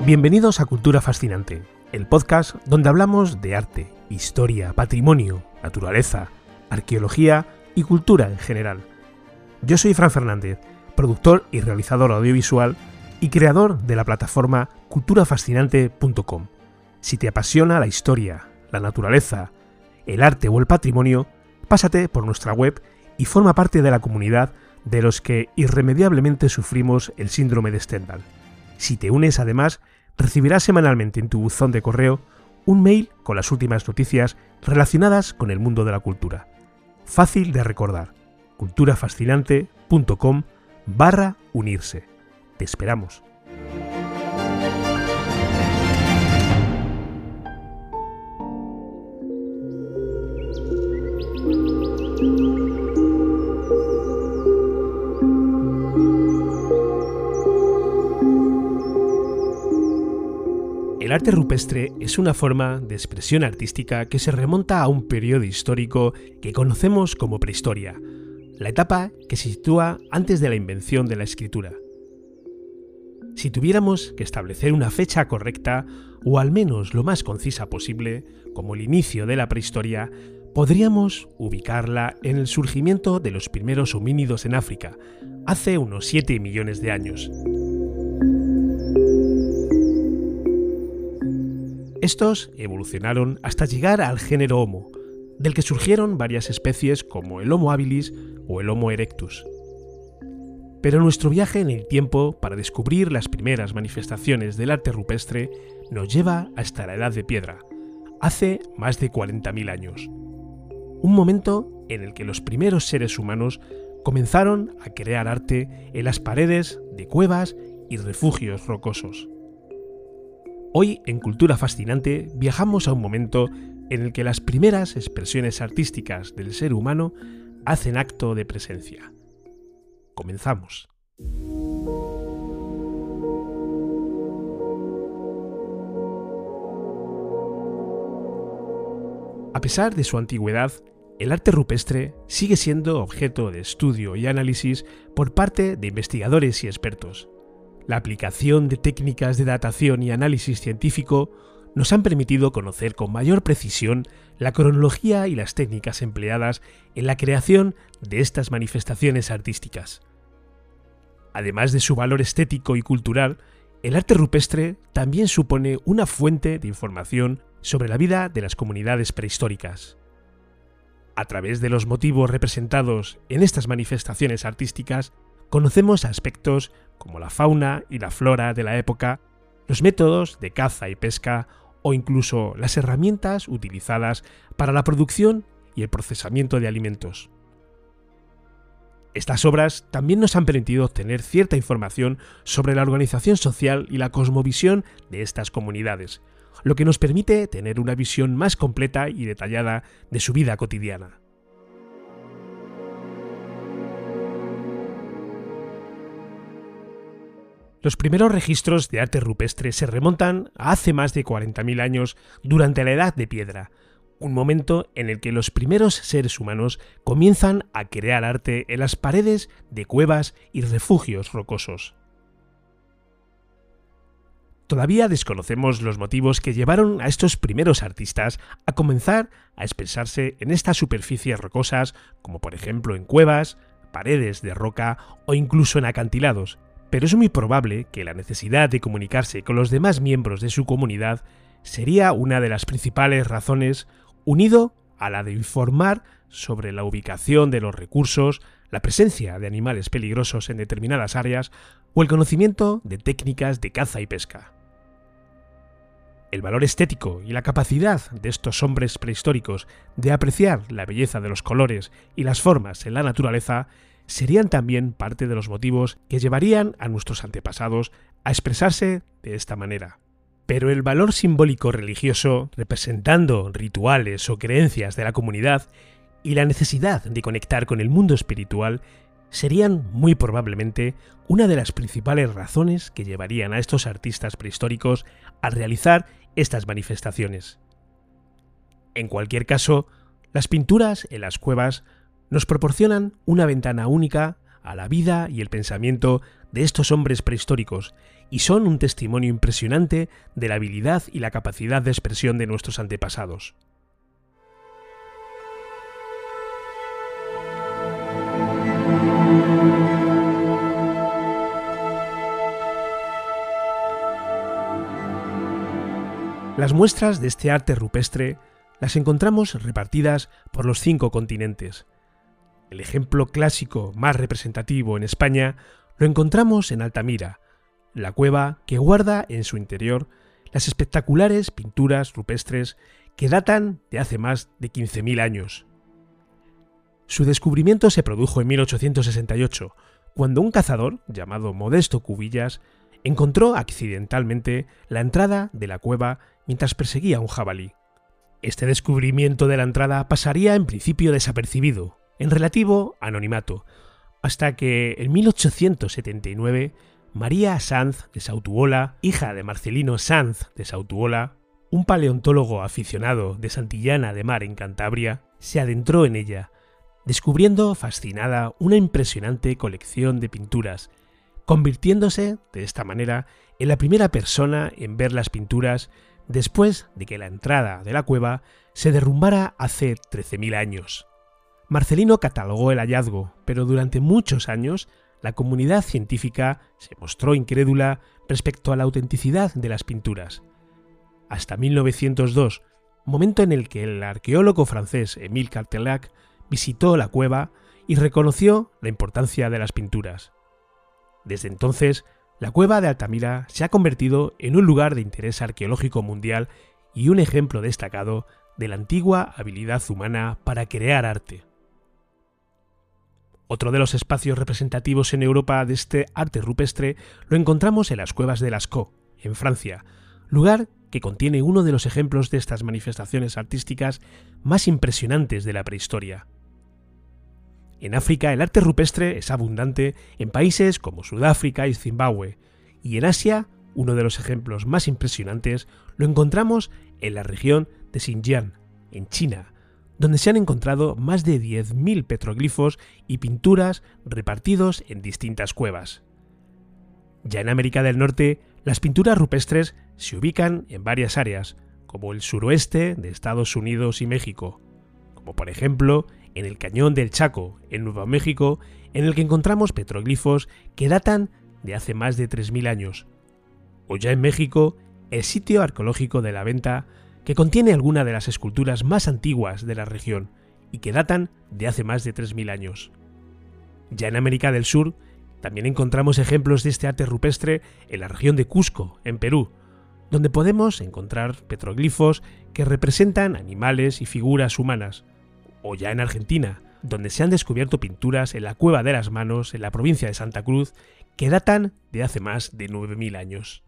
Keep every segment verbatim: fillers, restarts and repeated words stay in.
Bienvenidos a Cultura Fascinante, el podcast donde hablamos de arte, historia, patrimonio, naturaleza, arqueología y cultura en general. Yo soy Fran Fernández, productor y realizador audiovisual y creador de la plataforma cultura fascinante punto com. Si te apasiona la historia, la naturaleza, el arte o el patrimonio, pásate por nuestra web y forma parte de la comunidad de los que irremediablemente sufrimos el síndrome de Stendhal. Si te unes, además, recibirás semanalmente en tu buzón de correo un mail con las últimas noticias relacionadas con el mundo de la cultura. Fácil de recordar, cultura fascinante punto com barra unirse. Te esperamos. El arte rupestre es una forma de expresión artística que se remonta a un periodo histórico que conocemos como prehistoria, la etapa que se sitúa antes de la invención de la escritura. Si tuviéramos que establecer una fecha correcta, o al menos lo más concisa posible, como el inicio de la prehistoria, podríamos ubicarla en el surgimiento de los primeros homínidos en África, hace unos siete millones de años. Estos evolucionaron hasta llegar al género Homo, del que surgieron varias especies como el Homo habilis o el Homo erectus. Pero nuestro viaje en el tiempo para descubrir las primeras manifestaciones del arte rupestre nos lleva hasta la Edad de Piedra, hace más de cuarenta mil años. Un momento en el que los primeros seres humanos comenzaron a crear arte en las paredes de cuevas y refugios rocosos. Hoy, en Cultura Fascinante, viajamos a un momento en el que las primeras expresiones artísticas del ser humano hacen acto de presencia. Comenzamos. A pesar de su antigüedad, el arte rupestre sigue siendo objeto de estudio y análisis por parte de investigadores y expertos. La aplicación de técnicas de datación y análisis científico nos han permitido conocer con mayor precisión la cronología y las técnicas empleadas en la creación de estas manifestaciones artísticas. Además de su valor estético y cultural, el arte rupestre también supone una fuente de información sobre la vida de las comunidades prehistóricas. A través de los motivos representados en estas manifestaciones artísticas, conocemos aspectos como la fauna y la flora de la época, los métodos de caza y pesca o incluso las herramientas utilizadas para la producción y el procesamiento de alimentos. Estas obras también nos han permitido obtener cierta información sobre la organización social y la cosmovisión de estas comunidades, lo que nos permite tener una visión más completa y detallada de su vida cotidiana. Los primeros registros de arte rupestre se remontan a hace más de cuarenta mil años durante la Edad de Piedra, un momento en el que los primeros seres humanos comienzan a crear arte en las paredes de cuevas y refugios rocosos. Todavía desconocemos los motivos que llevaron a estos primeros artistas a comenzar a expresarse en estas superficies rocosas, como por ejemplo en cuevas, paredes de roca o incluso en acantilados. Pero es muy probable que la necesidad de comunicarse con los demás miembros de su comunidad sería una de las principales razones, unido a la de informar sobre la ubicación de los recursos, la presencia de animales peligrosos en determinadas áreas o el conocimiento de técnicas de caza y pesca. El valor estético y la capacidad de estos hombres prehistóricos de apreciar la belleza de los colores y las formas en la naturaleza serían también parte de los motivos que llevarían a nuestros antepasados a expresarse de esta manera. Pero el valor simbólico religioso, representando rituales o creencias de la comunidad, y la necesidad de conectar con el mundo espiritual serían muy probablemente una de las principales razones que llevarían a estos artistas prehistóricos a realizar estas manifestaciones. En cualquier caso, las pinturas en las cuevas nos proporcionan una ventana única a la vida y el pensamiento de estos hombres prehistóricos y son un testimonio impresionante de la habilidad y la capacidad de expresión de nuestros antepasados. Las muestras de este arte rupestre las encontramos repartidas por los cinco continentes. El ejemplo clásico más representativo en España lo encontramos en Altamira, la cueva que guarda en su interior las espectaculares pinturas rupestres que datan de hace más de quince mil años. Su descubrimiento se produjo en mil ochocientos sesenta y ocho, cuando un cazador llamado Modesto Cubillas encontró accidentalmente la entrada de la cueva mientras perseguía un jabalí. Este descubrimiento de la entrada pasaría en principio desapercibido, en relativo anonimato, hasta que en mil ochocientos setenta y nueve María Sanz de Sautuola, hija de Marcelino Sanz de Sautuola, un paleontólogo aficionado de Santillana de Mar en Cantabria, se adentró en ella, descubriendo fascinada una impresionante colección de pinturas, convirtiéndose de esta manera en la primera persona en ver las pinturas después de que la entrada de la cueva se derrumbara hace trece mil años. Marcelino catalogó el hallazgo, pero durante muchos años la comunidad científica se mostró incrédula respecto a la autenticidad de las pinturas. Hasta mil novecientos dos, momento en el que el arqueólogo francés Émile Cartellac visitó la cueva y reconoció la importancia de las pinturas. Desde entonces, la cueva de Altamira se ha convertido en un lugar de interés arqueológico mundial y un ejemplo destacado de la antigua habilidad humana para crear arte. Otro de los espacios representativos en Europa de este arte rupestre lo encontramos en las cuevas de Lascaux, en Francia, lugar que contiene uno de los ejemplos de estas manifestaciones artísticas más impresionantes de la prehistoria. En África el arte rupestre es abundante en países como Sudáfrica y Zimbabue, y en Asia uno de los ejemplos más impresionantes lo encontramos en la región de Xinjiang, en China, donde se han encontrado más de diez mil petroglifos y pinturas repartidos en distintas cuevas. Ya en América del Norte, las pinturas rupestres se ubican en varias áreas, como el suroeste de Estados Unidos y México, como por ejemplo en el Cañón del Chaco, en Nuevo México, en el que encontramos petroglifos que datan de hace más de tres mil años. O ya en México, el sitio arqueológico de La Venta, que contiene algunas de las esculturas más antiguas de la región y que datan de hace más de tres mil años. Ya en América del Sur, también encontramos ejemplos de este arte rupestre en la región de Cusco, en Perú, donde podemos encontrar petroglifos que representan animales y figuras humanas. O ya en Argentina, donde se han descubierto pinturas en la Cueva de las Manos, en la provincia de Santa Cruz, que datan de hace más de nueve mil años.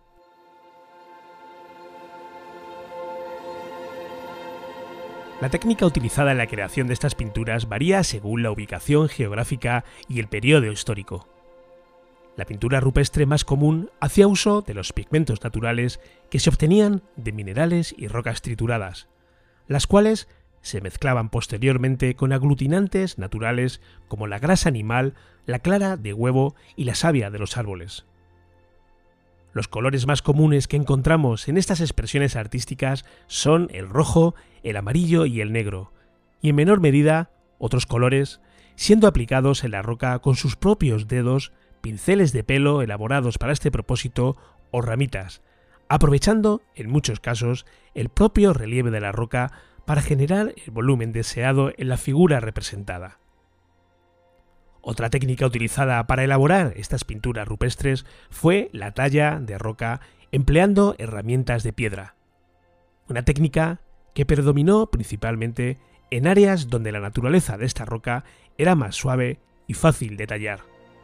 La técnica utilizada en la creación de estas pinturas varía según la ubicación geográfica y el periodo histórico. La pintura rupestre más común hacía uso de los pigmentos naturales que se obtenían de minerales y rocas trituradas, las cuales se mezclaban posteriormente con aglutinantes naturales como la grasa animal, la clara de huevo y la savia de los árboles. Los colores más comunes que encontramos en estas expresiones artísticas son el rojo, el amarillo y el negro, y en menor medida otros colores, siendo aplicados en la roca con sus propios dedos, pinceles de pelo elaborados para este propósito o ramitas, aprovechando en muchos casos el propio relieve de la roca para generar el volumen deseado en la figura representada. Otra técnica utilizada para elaborar estas pinturas rupestres fue la talla de roca empleando herramientas de piedra, una técnica que predominó principalmente en áreas donde la naturaleza de esta roca era más suave y fácil de tallar.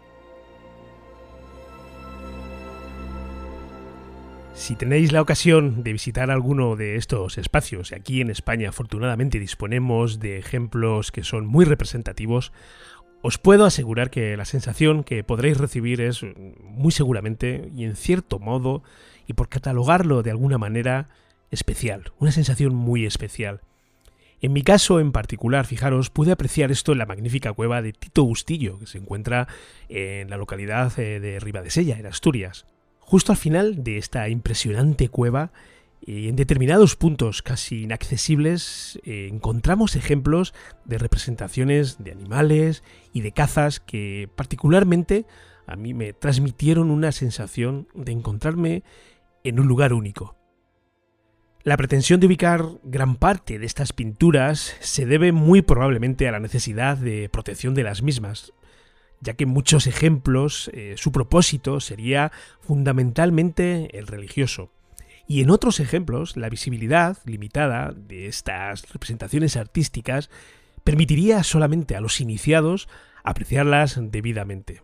Si tenéis la ocasión de visitar alguno de estos espacios, y aquí en España afortunadamente disponemos de ejemplos que son muy representativos, os puedo asegurar que la sensación que podréis recibir es muy seguramente, y en cierto modo, y por catalogarlo de alguna manera, especial, una sensación muy especial. En mi caso en particular, fijaros, pude apreciar esto en la magnífica cueva de Tito Bustillo, que se encuentra en la localidad de Ribadesella, en Asturias. Justo al final de esta impresionante cueva, y en determinados puntos casi inaccesibles, eh, encontramos ejemplos de representaciones de animales y de cazas que particularmente a mí me transmitieron una sensación de encontrarme en un lugar único. La pretensión de ubicar gran parte de estas pinturas se debe muy probablemente a la necesidad de protección de las mismas, ya que en muchos ejemplos eh, su propósito sería fundamentalmente el religioso. Y en otros ejemplos, la visibilidad limitada de estas representaciones artísticas permitiría solamente a los iniciados apreciarlas debidamente.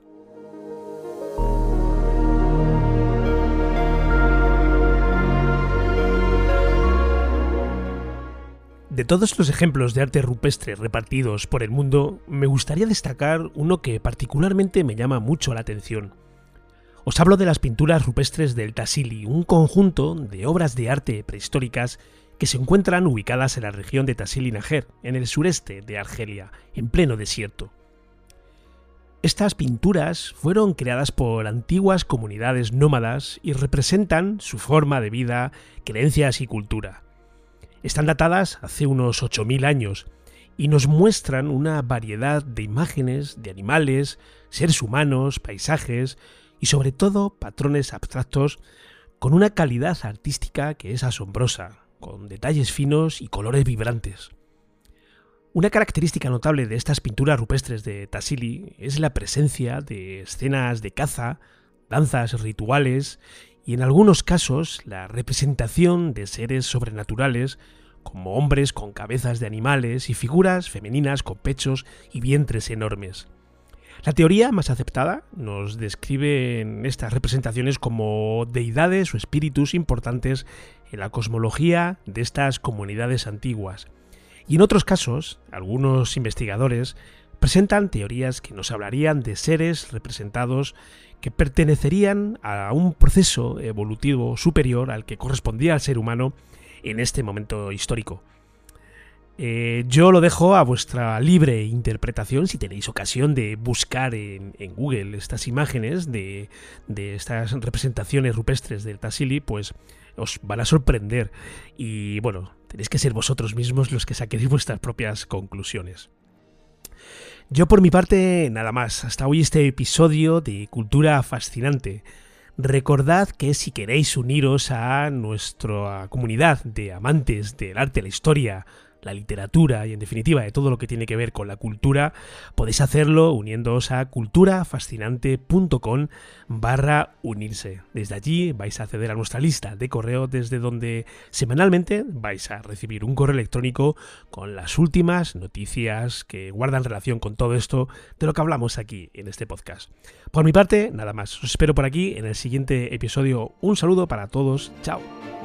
De todos los ejemplos de arte rupestre repartidos por el mundo, me gustaría destacar uno que particularmente me llama mucho la atención. Os hablo de las pinturas rupestres del Tassili, un conjunto de obras de arte prehistóricas que se encuentran ubicadas en la región de Tassili Najer, en el sureste de Argelia, en pleno desierto. Estas pinturas fueron creadas por antiguas comunidades nómadas y representan su forma de vida, creencias y cultura. Están datadas hace unos ocho mil años y nos muestran una variedad de imágenes de animales, seres humanos, paisajes y sobre todo patrones abstractos con una calidad artística que es asombrosa, con detalles finos y colores vibrantes. Una característica notable de estas pinturas rupestres de Tassili es la presencia de escenas de caza, danzas rituales y en algunos casos la representación de seres sobrenaturales como hombres con cabezas de animales y figuras femeninas con pechos y vientres enormes. La teoría más aceptada nos describe en estas representaciones como deidades o espíritus importantes en la cosmología de estas comunidades antiguas. Y en otros casos, algunos investigadores presentan teorías que nos hablarían de seres representados que pertenecerían a un proceso evolutivo superior al que correspondía al ser humano en este momento histórico. Eh, yo lo dejo a vuestra libre interpretación si tenéis ocasión de buscar en, en Google estas imágenes de, de estas representaciones rupestres del Tassili, pues os van a sorprender y bueno, tenéis que ser vosotros mismos los que saquéis vuestras propias conclusiones. Yo por mi parte, nada más. Hasta hoy este episodio de Cultura Fascinante. Recordad que si queréis uniros a nuestra comunidad de amantes del arte, la historia, la literatura y en definitiva de todo lo que tiene que ver con la cultura, podéis hacerlo uniéndoos a culturafascinante.com barra unirse. Desde allí vais a acceder a nuestra lista de correo desde donde semanalmente vais a recibir un correo electrónico con las últimas noticias que guardan relación con todo esto de lo que hablamos aquí en este podcast. Por mi parte, nada más. Os espero por aquí en el siguiente episodio. Un saludo para todos. Chao.